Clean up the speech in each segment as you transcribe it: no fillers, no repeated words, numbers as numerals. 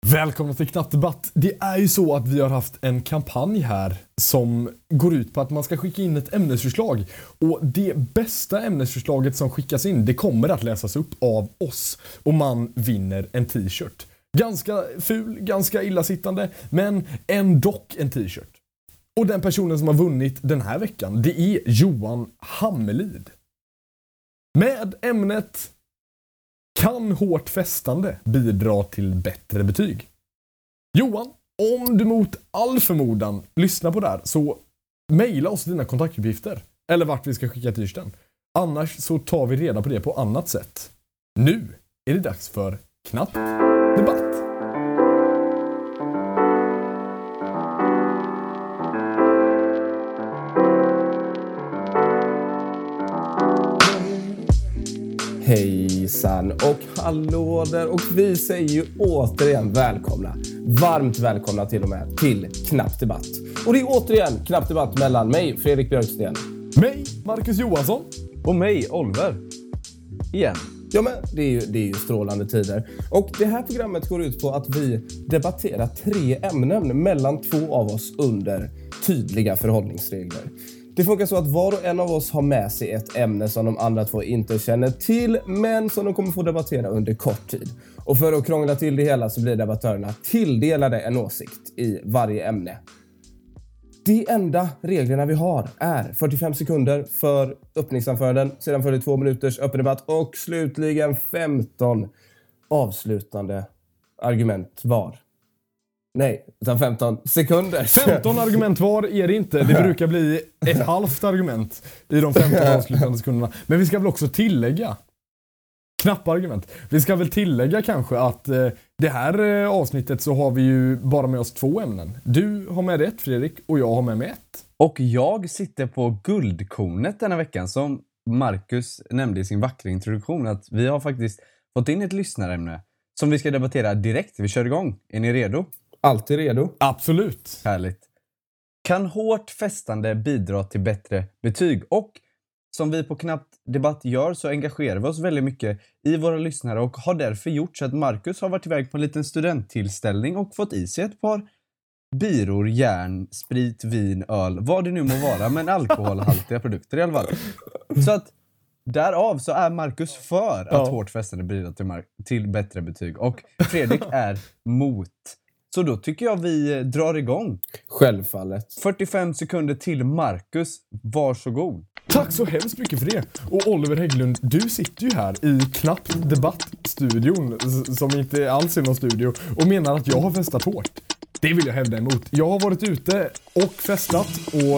Välkomna till Knappt debatt. Det är ju så att vi har haft en kampanj här som går ut på att man ska skicka in ett ämnesförslag. Och det bästa ämnesförslaget som skickas in, det kommer att läsas upp av oss. Och man vinner en t-shirt. Ganska ful, ganska illasittande, men ändock en t-shirt. Och den personen som har vunnit den här veckan, det är Johan Hammelid. Med ämnet: kan hårt festande bidra till bättre betyg? Johan, om du mot all förmodan lyssnar på det här, så mejla oss dina kontaktuppgifter. Eller vart vi ska skicka t-shirten. Annars så tar vi reda på det på annat sätt. Nu är det dags för Knappt debatt. Hejsan och hallå där, och vi säger ju återigen välkomna, varmt välkomna till och med, till Knappt debatt. Och det är återigen Knappt debatt mellan mig, Fredrik Björksten, mig, Marcus Johansson, och mig, Oliver. Igen. Ja, men det är ju strålande tider. Och det här programmet går ut på att vi debatterar 3 ämnen mellan 2 av oss under tydliga förhållningsregler. Det funkar så att var och en av oss har med sig ett ämne som de andra 2 inte känner till, men som de kommer få debattera under kort tid. Och för att krångla till det hela så blir debattörerna tilldelade en åsikt i varje ämne. De enda reglerna vi har är 45 sekunder för öppningsanföranden, sedan 42 minuters öppen debatt och slutligen 15 avslutande argument var. Nej, utan 15 sekunder. 15 argument var är det inte. Det brukar bli ett halvt argument i de 15 avslutande sekunderna. Men vi ska väl också tillägga knappa argument. Vi ska väl tillägga kanske att det här avsnittet så har vi ju bara med oss 2 ämnen. Du har med ett, Fredrik, och jag har med mig ett. Och jag sitter på guldkornet denna veckan, som Marcus nämnde i sin vackra introduktion, att vi har faktiskt fått in ett lyssnarämne som vi ska debattera direkt. Vi kör igång. Är ni redo? Alltid redo. Absolut. Härligt. Kan hårt festande bidra till bättre betyg? Och som vi på Knappt debatt gör, så engagerar vi oss väldigt mycket i våra lyssnare och har därför gjort så att Marcus har varit iväg på en liten studenttillställning och fått i sig ett par byror, järn, sprit, vin, öl, vad det nu må vara, men alkoholhaltiga produkter i alla fall. Så att därav så är Marcus för att hårt festande bidrar till bättre betyg, och Fredrik är mot. Så då tycker jag vi drar igång. Självfallet. 45 sekunder till Marcus. Varsågod. Tack så hemskt mycket för det. Och Oliver Hägglund, du sitter ju här i Knappt debattstudion, som inte alls är någon studio, och menar att jag har festat hårt. Det vill jag hävda emot. Jag har varit ute och festat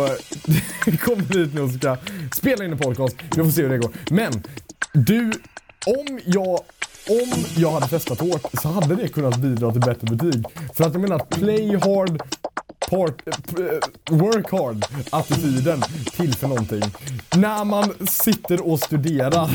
och kommer hit nu och ska spela in en podcast. Vi får se hur det går. Men du, om jag hade festat hårt så hade det kunnat bidra till bättre betyg. För att jag menar, play hard, work hard attityden till för någonting. När man sitter och studerar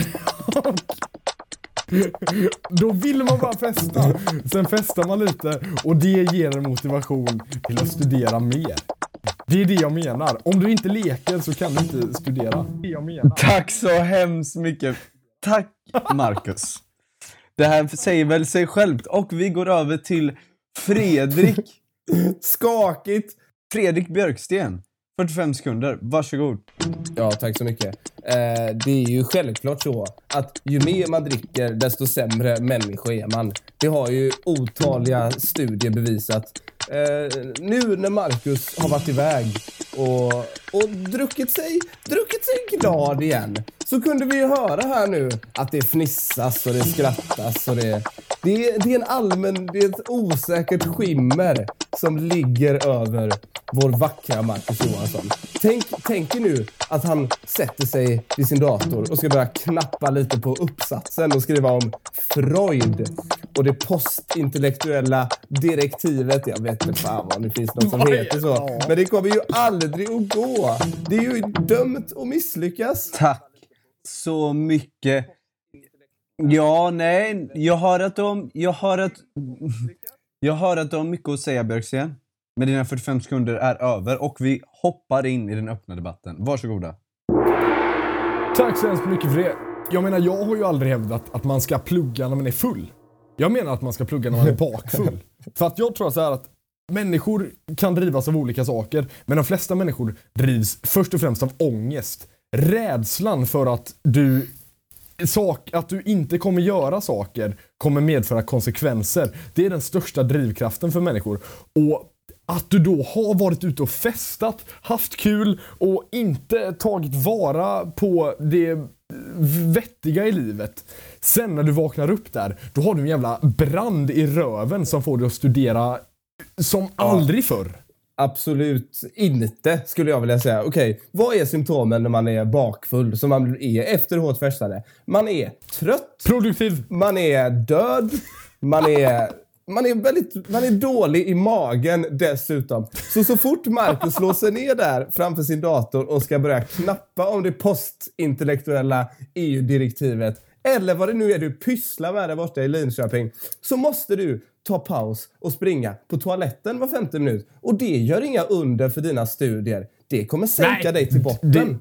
då vill man bara festa. Sen festar man lite och det ger en motivation till att studera mer. Det är det jag menar. Om du inte leker så kan du inte studera. Det jag menar. Tack så hemskt mycket. Tack, Marcus. Det här säger väl sig självt. Och vi går över till Fredrik. Skakigt. Fredrik Björksten. 45 sekunder. Varsågod. Ja, tack så mycket. Det är ju självklart så att ju mer man dricker, desto sämre människa är man. Det har ju otaliga studier bevisat. Nu när Marcus har varit iväg och druckit sig glad igen, så kunde vi ju höra här nu att det fnissas och det skrattas och det är en allmän, det är ett osäkert skimmer som ligger över vår vackra Marcus Johansson. Tänk nu att han sätter sig vid sin dator och ska börja knappa lite på uppsatsen och skriva om Freud och det postintellektuella direktivet. Jag vet inte fan vad det finns något som heter så. Men det kommer ju aldrig att gå. Det är ju dömt att misslyckas. Tack så mycket. Ja, nej. Jag hör att de har mycket att säga, Björksten. Men dina 45 sekunder är över och vi hoppar in i den öppna debatten. Varsågoda. Tack så hemskt mycket för det. Jag menar, jag har ju aldrig hävdat att man ska plugga när man är full. Jag menar att man ska plugga när man är bakfull. För att jag tror så här att människor kan drivas av olika saker, men de flesta människor drivs först och främst av ångest. Rädslan för att du inte kommer göra saker kommer medföra konsekvenser. Det är den största drivkraften för människor. Och att du då har varit ute och festat, haft kul och inte tagit vara på det vettiga i livet. Sen när du vaknar upp där, då har du en jävla brand i röven som får dig att studera som aldrig förr. Absolut inte, skulle jag vilja säga. Okej, vad är symptomen när man är bakfull, som man är efter hårt festande? Man är trött. Produktiv. Man är död. Man är dålig i magen dessutom. Så fort Marcus slår sig ner där framför sin dator och ska börja knappa om det postintellektuella EU-direktivet, eller vad det nu är du pysslar med där borta i Linköping, så måste du ta paus och springa på toaletten var 50 minut. Och det gör inga under för dina studier. Det kommer sänka dig till botten.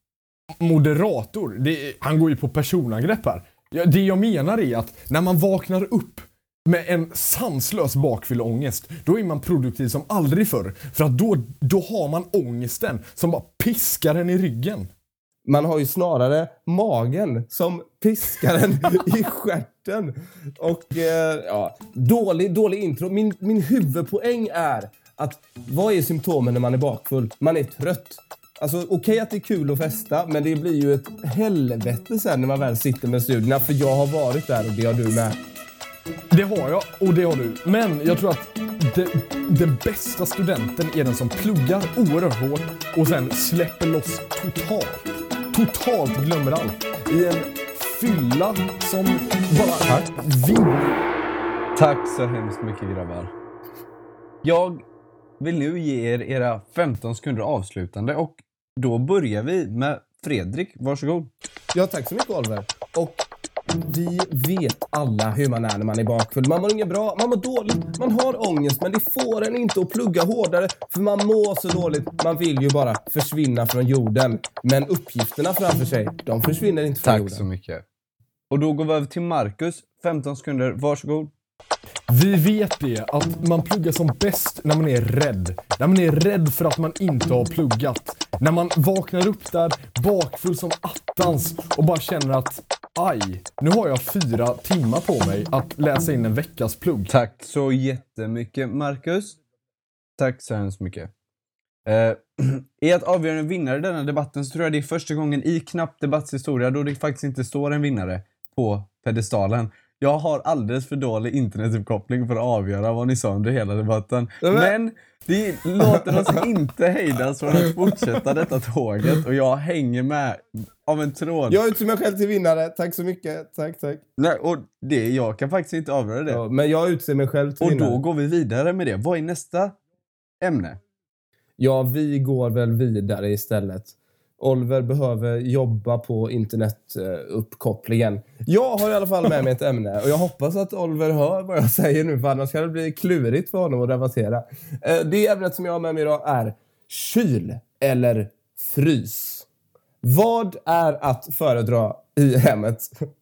Moderator, han går ju på personangrepp här. Det jag menar är att när man vaknar upp med en sanslös bakfylleångest, då är man produktiv som aldrig förr. För att då har man ångesten som bara piskar en i ryggen. Man har ju snarare magen som piskar en i stjärten. Och dålig intro. Min huvudpoäng är att vad är symptomen när man är bakfull? Man är trött. Alltså okej att det är kul att festa, men det blir ju ett helvete sen när man väl sitter med studierna. För jag har varit där och det har du med. Det har jag och det har du. Men jag tror att den bästa studenten är den som pluggar oerhört hårt och sen släpper loss totalt glömmer allt. I en fylla som bara vinner. Tack så hemskt mycket grabbar. Jag vill nu ge er era 15 sekunder avslutande och då börjar vi med Fredrik. Varsågod. Ja, tack så mycket Oliver. Och vi vet alla hur man är när man är bakfull. Man mår inget bra, man mår dåligt, man har ångest, men det får en inte att plugga hårdare för man mår så dåligt. Man vill ju bara försvinna från jorden. Men uppgifterna framför sig, de försvinner inte från jorden. Tack så mycket. Och då går vi över till Marcus. 15 sekunder, varsågod. Vi vet det, att man pluggar som bäst när man är rädd. När man är rädd för att man inte har pluggat. När man vaknar upp där bakfull som attans och bara känner att aj, nu har jag 4 timmar på mig att läsa in en veckas plugg. Tack så jättemycket Marcus. Tack så hemskt mycket. I att avgöra en vinnare i denna debatten så tror jag det är första gången i Knappt debattshistoria då det faktiskt inte står en vinnare på pedestalen. Jag har alldeles för dålig internetuppkoppling för att avgöra vad ni sa under hela debatten. Men det låter oss inte hejdas från att fortsätta detta tåget och jag hänger med av en tråd. Jag utser mig själv till vinnare. Tack så mycket. Tack. Nej, och jag kan faktiskt inte avgöra det. Ja, men jag utser mig själv till vinnare. Och då går vi vidare med det. Vad är nästa ämne? Ja, vi går väl vidare istället. Oliver behöver jobba på internetuppkopplingen. Jag har i alla fall med mig ett ämne och jag hoppas att Oliver hör vad jag säger nu, för annars kan det bli klurigt för honom att debattera. Det ämnet som jag har med mig idag är kyl eller frys. Vad är att föredra i hemmet?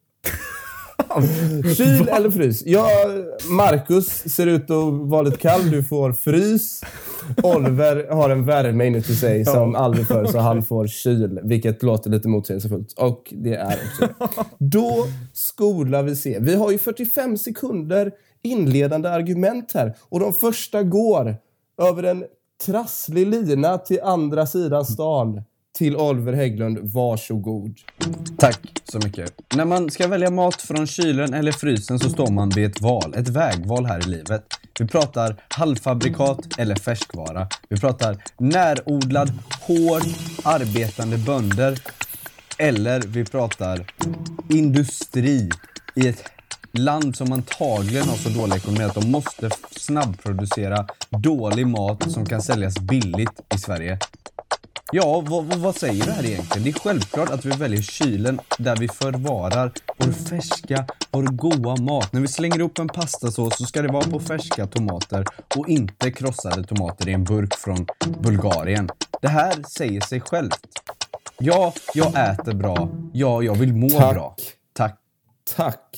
Kyl eller frys? Marcus ser ut att vara lite kall. Du får frys. Oliver har en värme inuti sig som aldrig förr, så han får kyl. Vilket låter lite motsägelsefullt. Och det är också det. Då skola vi se. Vi har ju 45 sekunder inledande argument här. Och de första går över en trasslig lina till andra sidan stan. Till Oliver Hägglund, varsågod. Tack så mycket. När man ska välja mat från kylen eller frysen så står man vid ett val, ett vägval här i livet. Vi pratar halvfabrikat eller färskvara. Vi pratar närodlad, hård, arbetande bönder. Eller vi pratar industri i ett land som antagligen har så dålig ekonomi att de måste snabbproducera dålig mat som kan säljas billigt i Sverige. Ja, vad säger det här egentligen? Det är självklart att vi väljer kylen där vi förvarar vår färska, vår goda mat. När vi slänger upp en pastasås så ska det vara på färska tomater och inte krossade tomater i en burk från Bulgarien. Det här säger sig självt. Ja, jag äter bra. Ja, jag vill må bra. Tack.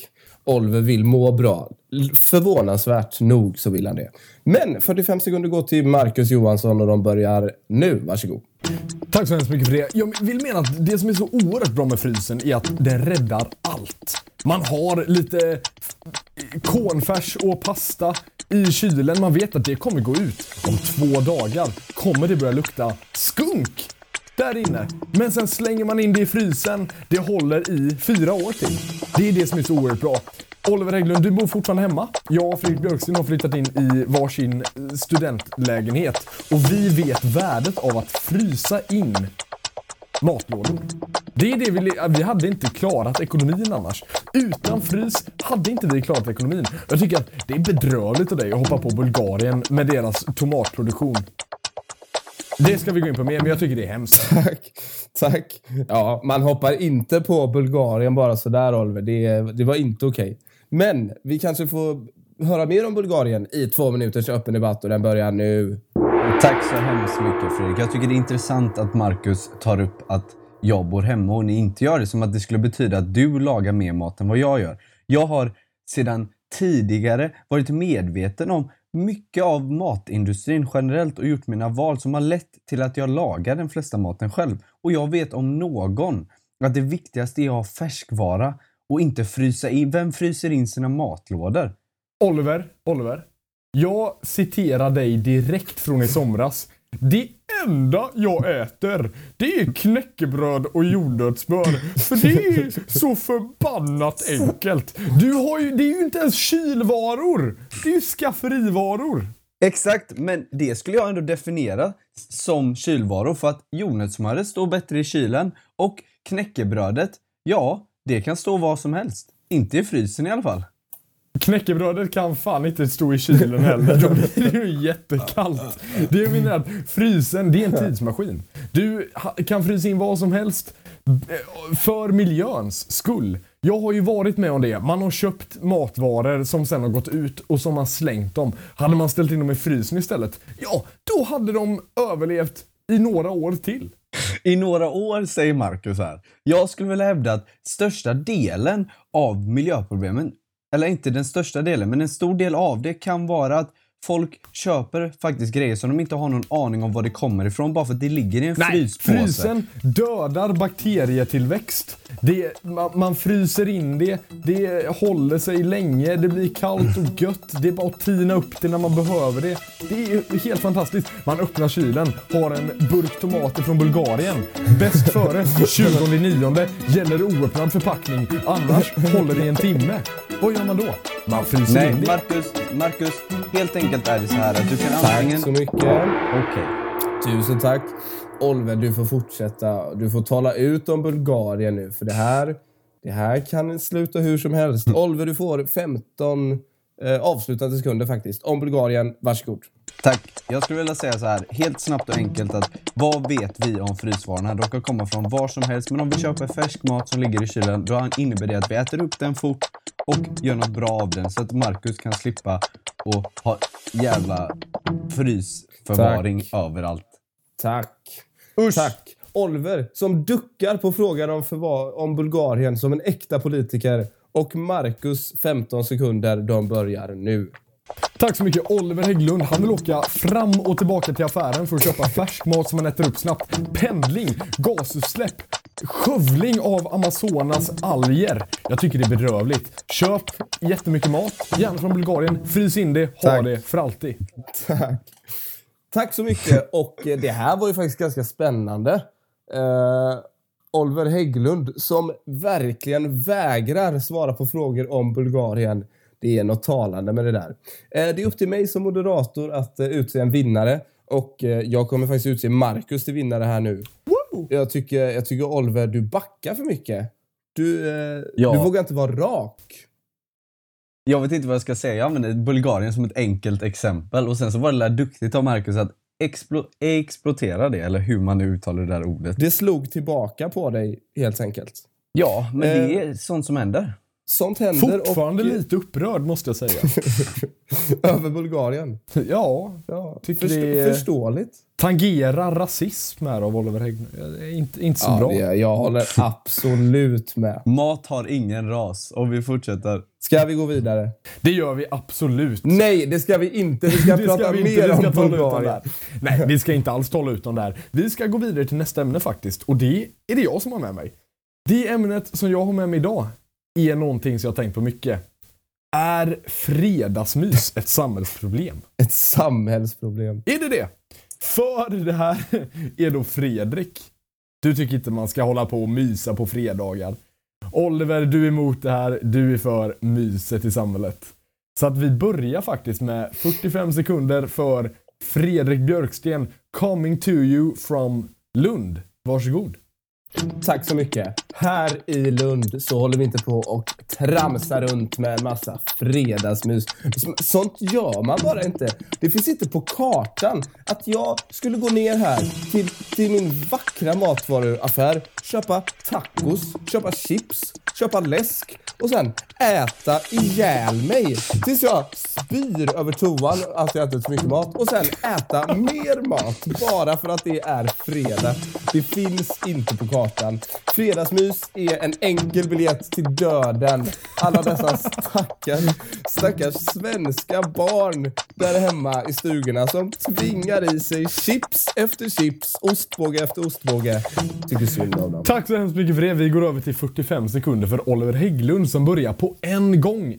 Oliver vill må bra. Förvånansvärt nog så vill han det. Men 45 sekunder går till Marcus Johansson och de börjar nu. Varsågod. Tack så hemskt mycket för det. Jag vill mena att det som är så oerhört bra med frysen är att den räddar allt. Man har lite cornfärs och pasta i kylen. Man vet att det kommer gå ut. Om 2 dagar kommer det börja lukta skunk där inne. Men sen slänger man in det i frysen. Det håller i 4 år till. Det är det som är så oerhört bra. Oliver Hägglund, du bor fortfarande hemma. Jag och Fredrik Björksten har flyttat in i varsin studentlägenhet. Och vi vet värdet av att frysa in matlådor. Det är det vi hade inte klarat ekonomin annars. Utan frys hade inte vi klarat ekonomin. Jag tycker att det är bedrövligt av dig att hoppa på Bulgarien med deras tomatproduktion. Det ska vi gå in på mer, men jag tycker det är hemskt. Tack. Ja, man hoppar inte på Bulgarien bara sådär, Oliver. Det var inte okej. Men vi kanske får höra mer om Bulgarien i 2 minuters öppen debatt och den börjar nu. Tack så hemskt mycket, Fredrik. Jag tycker det är intressant att Marcus tar upp att jag bor hemma och ni inte gör det. Som att det skulle betyda att du lagar mer mat än vad jag gör. Jag har sedan tidigare varit medveten om mycket av matindustrin generellt och gjort mina val som har lett till att jag lagar den flesta maten själv. Och jag vet om någon att det viktigaste är att ha färskvara och inte frysa in. Vem fryser in sina matlådor? Oliver. Jag citerar dig direkt från i somras. Det enda jag äter, det är knäckebröd och jordnötssmör. För det är så förbannat enkelt. Det är ju inte ens kylvaror. Det är ju skafferivaror. Exakt, men det skulle jag ändå definiera som kylvaror. För att jordnötssmöret står bättre i kylen. Och knäckebrödet, ja, det kan stå vad som helst. Inte i frysen i alla fall. Knäckebrödet kan fan inte stå i kylen heller. Då blir det ju jättekallt. Det är menar att frysen, det är en tidsmaskin. Du kan frysa in vad som helst för miljöns skull. Jag har ju varit med om det. Man har köpt matvaror som sen har gått ut och som man slängt dem. Hade man ställt in dem i frysen istället, ja, då hade de överlevt i några år till. I några år, säger Marcus här. Jag skulle vilja hävda att största delen av miljöproblemen, eller inte den största delen, men en stor del av det kan vara att folk köper faktiskt grejer som de inte har någon aning om var det kommer ifrån, bara för att det ligger i en fryspåse. Frysen dödar bakterietillväxt. Man fryser in det. Det håller sig länge. Det blir kallt och gött. Det är bara att tina upp det när man behöver det. Det är helt fantastiskt. Man öppnar kylen, har en burk tomater från Bulgarien. Bäst före 20/9 gäller oöppnad förpackning. Annars håller det en timme. Vad gör man då? Man fryser in det. Marcus, helt enkelt är det så här att du kan Tack så mycket. Okej. Tusen tack. Oliver, du får fortsätta. Du får tala ut om Bulgarien nu. För det här kan sluta hur som helst. Oliver, du får 15 avslutande sekunder faktiskt. Om Bulgarien, varsågod. Tack. Jag skulle vilja säga så här, helt snabbt och enkelt, att vad vet vi om frysvarorna? De kan komma från var som helst, men om vi köper färsk mat som ligger i kylen, då innebär det att vi äter upp den fort och gör något bra av den, så att Marcus kan slippa och ha jävla frysförvaring överallt. Tack. Usch. Tack. Oliver, som duckar på frågan om Bulgarien som en äkta politiker. Och Marcus, 15 sekunder, de börjar nu. Tack så mycket. Oliver Hägglund, han vill åka fram och tillbaka till affären för att köpa färsk mat som man äter upp snabbt. Pendling, gasutsläpp, skövling av Amazonas alger. Jag tycker det är bedrövligt. Köp jättemycket mat, gärna från Bulgarien, frys in det, ha det för alltid. Tack så mycket. Och det här var ju faktiskt ganska spännande. Oliver Hägglund som verkligen vägrar svara på frågor om Bulgarien. Det är något talande med det där. Det är upp till mig som moderator att utse en vinnare. Och jag kommer faktiskt utse Marcus till vinnare här nu. Woo! Jag tycker Oliver, du backar för mycket. Du vågar inte vara rak. Jag vet inte vad jag ska säga. Jag använder Bulgarien som ett enkelt exempel. Och sen så var det duktigt av Marcus att explotera det. Eller hur man nu uttalar det där ordet. Det slog tillbaka på dig helt enkelt. Ja, men det är sånt som händer. Sånt händer. Fortfarande lite upprörd måste jag säga. Över Bulgarien. Ja, Förståeligt. tangerar rasism här av Oliver Hägglund. Inte så bra. Jag håller absolut med. Mat har ingen ras. Och vi fortsätter. Ska vi gå vidare? Det gör vi absolut. Nej, det ska vi inte. Vi ska prata mer om Bulgarien. Nej, vi ska inte alls tala ut om det här. Vi ska gå vidare till nästa ämne faktiskt. Och det är det jag som har med mig. Det ämnet som jag har med mig idag är någonting som jag har tänkt på mycket. Är fredagsmys ett samhällsproblem? Ett samhällsproblem. Är det? För det här är då Fredrik. Du tycker inte man ska hålla på och mysa på fredagar. Oliver, du är emot det här. Du är för myset i samhället. Så att vi börjar faktiskt med 45 sekunder för Fredrik Björksten. Coming to you from Lund. Varsågod. Tack så mycket. Här i Lund så håller vi inte på och tramsar runt med en massa fredagsmys. Sånt gör man bara inte. Det finns inte på kartan att jag skulle gå ner här till min vackra matvaruaffär, köpa tacos, köpa chips, köpa läsk och sen äta ihjäl mig tills jag spyr över toan, alltså jag ätit så mycket mat, och sen äta mer mat bara för att det är fredag. Det finns inte på kartan. Fredagsmys är en enkel biljett till döden. Alla dessa stackars svenska barn där hemma i stugorna som tvingar i sig chips efter chips, ostbåge efter ostbåge. Tycker synd om dem. Tack så hemskt mycket för det. Vi går över till 45 sekunder för Oliver Hägglund som börjar på en gång.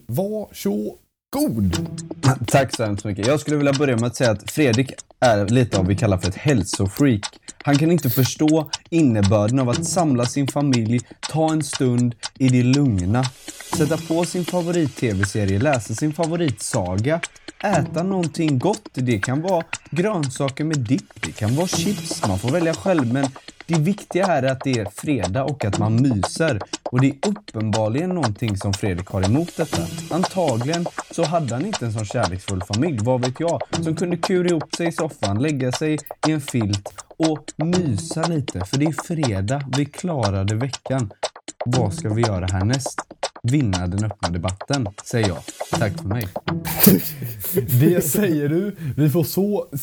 Varsågod. Tack så hemskt mycket. Jag skulle vilja börja med att säga att Fredrik är lite av vad vi kallar för ett hälsofreak. Han kan inte förstå innebörden av att samla sin familj, ta en stund i det lugna, sätta på sin favorit-tv-serie, läsa sin favoritsaga, äta någonting gott. Det kan vara grönsaker med dipp, det kan vara chips, man får välja själv, men det viktiga här är att det är fredag och att man myser. Och det är uppenbarligen någonting som Fredrik har emot detta. Antagligen så hade han inte en sån kärleksfull familj, vad vet jag, som kunde kura ihop sig i soffan, lägga sig i en filt och mysa lite. För det är fredag, vi klarade veckan. Vad ska vi göra härnäst? Vinna den öppna debatten, säger jag. Tack för mig. Det säger du. Vi får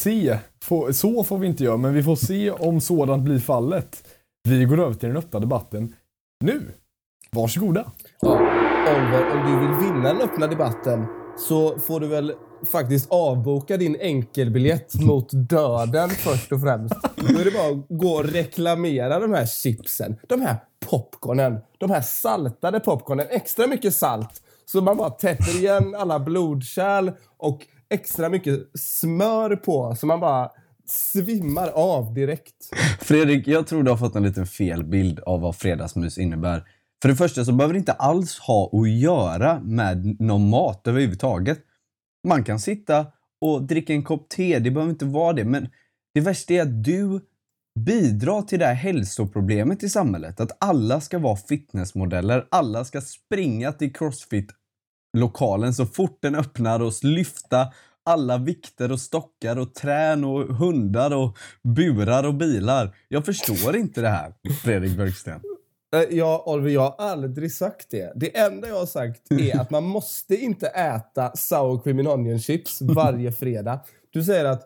så får vi inte göra, men vi får se om sådant blir fallet. Vi går över till den öppna debatten nu. Varsågoda. Ja, Oliver, om du vill vinna den öppna debatten så får du väl faktiskt avboka din enkelbiljett mot döden först och främst. Då är det bara att gå och reklamera de här chipsen, de här popcornen, de här saltade popcornen, extra mycket salt så man bara täpper igen alla blodkärl och extra mycket smör på så man bara svimmar av direkt. Fredrik, jag tror du har fått en liten fel bild av vad fredagsmys innebär. För det första så behöver det inte alls ha att göra med någon mat överhuvudtaget. Man kan sitta och dricka en kopp te, det behöver inte vara det. Men det värsta är att du bidrar till det här hälsoproblemet i samhället. Att alla ska vara fitnessmodeller, alla ska springa till CrossFit-lokalen så fort den öppnar och lyfta alla vikter och stockar och trän och hundar och burar och bilar. Jag förstår inte det här, Fredrik Björksten. Ja, Oliver, jag har aldrig sagt det. Det enda jag har sagt är att man måste inte äta sour cream and onion chips varje fredag. Du säger att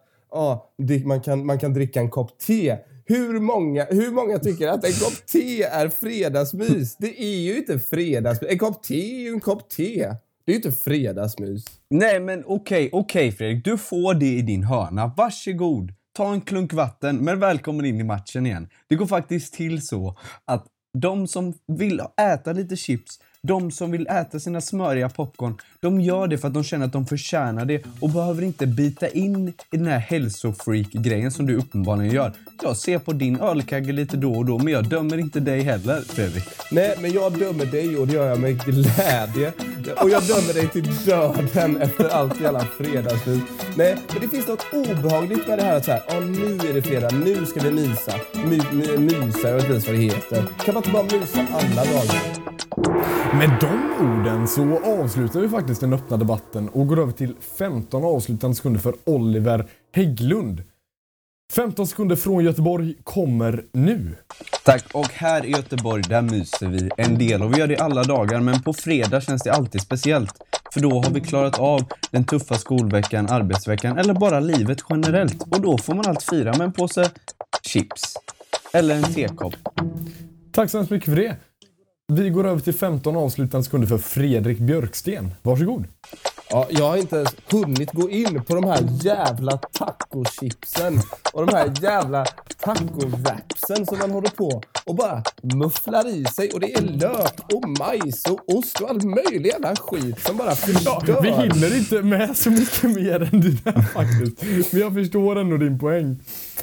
man kan dricka en kopp te. Hur många tycker att en kopp te är fredagsmys? Det är ju inte fredagsmys. En kopp te är ju en kopp te. Det är ju inte fredagsmys. Nej, men okej, Fredrik. Du får det i din hörna. Varsågod. Ta en klunk vatten, men välkommen in i matchen igen. Det går faktiskt till så att de som vill äta lite chips, de som vill äta sina smöriga popcorn, de gör det för att de känner att de förtjänar det och behöver inte bita in i den här hälsofreak-grejen som du uppenbarligen gör. Jag ser på din ölkagge lite då och då, men jag dömer inte dig heller, Fredrik. Nej, men jag dömer dig och det gör jag med glädje. Och jag dömer dig till döden efter allt jävla fredagsmys. Nej, men det finns något obehagligt med det här att så här, nu är det fredag, nu ska vi mysa. Mysa, jag vet inte vad det heter. Kan man inte bara mysa alla dagar? Med de orden så avslutar vi faktiskt den öppna debatten och går över till 15 avslutande sekunder för Oliver Hägglund. 15 sekunder från Göteborg kommer nu. Tack, och här i Göteborg där myser vi en del och vi gör det alla dagar, men på fredag känns det alltid speciellt. För då har vi klarat av den tuffa skolveckan, arbetsveckan eller bara livet generellt. Och då får man allt fira med en påse chips. Eller en tekopp. Tack så hemskt mycket för det. Vi går över till 15 avslutande sekunder för Fredrik Björksten. Varsågod. Ja, jag har inte ens hunnit gå in på de här jävla tacochipsen och de här jävla taco-wrapsen som man håller på och bara mufflar i sig. Och det är lök och majs och ost och all möjlig jävla skit som bara förstör. Vi hinner inte med så mycket mer än det där faktiskt. Men jag förstår ändå din poäng.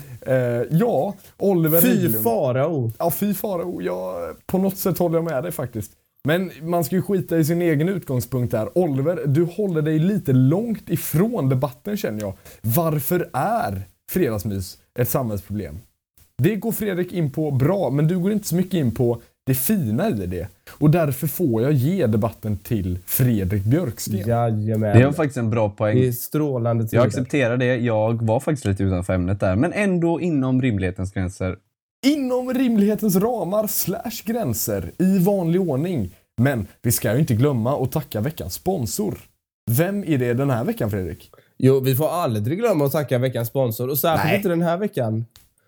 Ja, Oliver Hägglund. Fy farao. Ja, fy farao. På något sätt håller jag med dig faktiskt. Men man ska ju skita i sin egen utgångspunkt där. Oliver, du håller dig lite långt ifrån debatten känner jag. Varför är fredagsmys ett samhällsproblem? Det går Fredrik in på bra, men du går inte så mycket in på det fina i det. Och därför får jag ge debatten till Fredrik Björksten. Jajamän. Det är faktiskt en bra poäng. Det är strålande tid. Jag accepterar det. Jag var faktiskt lite utanför ämnet där. Men ändå inom rimlighetens gränser. Inom rimlighetens ramar / gränser i vanlig ordning. Men vi ska ju inte glömma att tacka veckans sponsor. Vem är det den här veckan, Fredrik? Jo, vi får aldrig glömma att tacka veckans sponsor. Och särskilt inte den här veckan.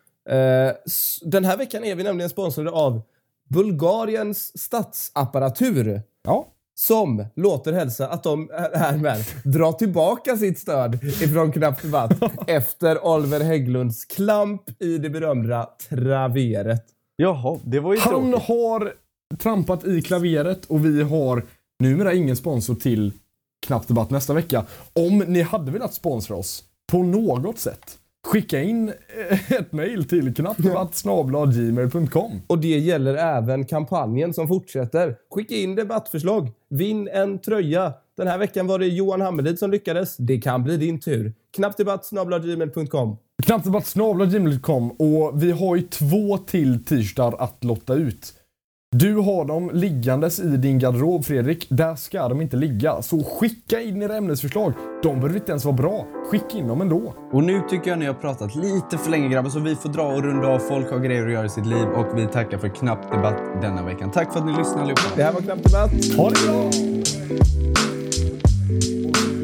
Den här veckan är vi nämligen sponsrade av Bulgariens statsapparatur. Ja. Som låter hälsa att de härmed drar tillbaka sitt stöd ifrån Knappt Debatt efter Oliver Hägglunds klamp i det berömda traveret. Jaha, det var ju Han tråkigt. har trampat i klaveret och vi har numera ingen sponsor till Knappt Debatt nästa vecka. Om ni hade velat sponsra oss på något sätt, skicka in ett mejl till knappdebatt@gmail.com. Och det gäller även kampanjen som fortsätter. Skicka in debattförslag. Vinn en tröja. Den här veckan var det Johan Hammerlid som lyckades. Det kan bli din tur. Knappdebatt@gmail.com. Knappdebatt@gmail.com. Och vi har ju 2 till t-shirtar att lotta ut. Du har dem liggandes i din garderob, Fredrik. Där ska de inte ligga. Så skicka in era ämnesförslag. De behöver inte ens vara bra. Skicka in dem ändå. Och nu tycker jag ni har pratat lite för länge grabbar, så vi får dra och runda av. Folk har grejer att göra i sitt liv och vi tackar för Knappt Debatt denna veckan. Tack för att ni lyssnade allihopa. Det här var Knappt Debatt. Ha det bra!